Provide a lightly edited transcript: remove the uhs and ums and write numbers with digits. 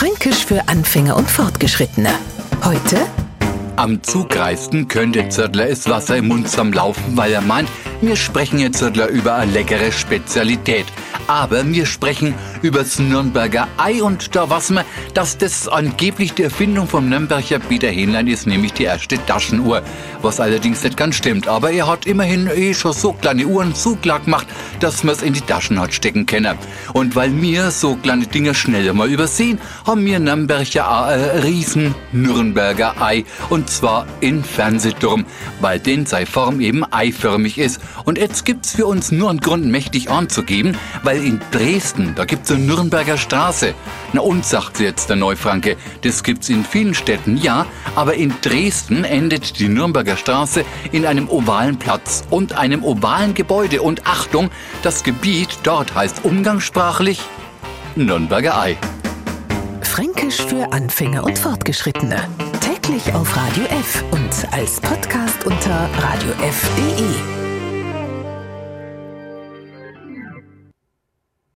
Fränkisch für Anfänger und Fortgeschrittene. Heute: Am Zugreisten könnte Zöttler das Wasser im Mund zum Laufen, weil er meint, wir sprechen jetzt Zöttler über eine leckere Spezialität. Aber wir sprechen übers Nürnberger Ei und da wissen wir, dass das angeblich die Erfindung vom Nürnberger Peter Hähnlein ist, nämlich die erste Taschenuhr. Was allerdings nicht ganz stimmt, aber er hat immerhin schon so kleine Uhren so klar gemacht, dass man es in die Taschen hat stecken können. Und weil wir so kleine Dinge schneller mal übersehen, haben wir Nürnberger ein riesen Nürnberger Ei. Und zwar in Fernsehturm, weil denn seine Form eben eiförmig ist. Und jetzt gibt's für uns nur einen Grund, mächtig anzugeben, weil in Dresden, da gibt's eine Nürnberger Straße. Na und, sagt jetzt der Neufranke, das gibt's in vielen Städten, ja, aber in Dresden endet die Nürnberger Straße in einem ovalen Platz und einem ovalen Gebäude. Und Achtung, das Gebiet dort heißt umgangssprachlich Nürnberger Ei. Fränkisch für Anfänger und Fortgeschrittene. Täglich auf Radio F und als Podcast unter radiof.de.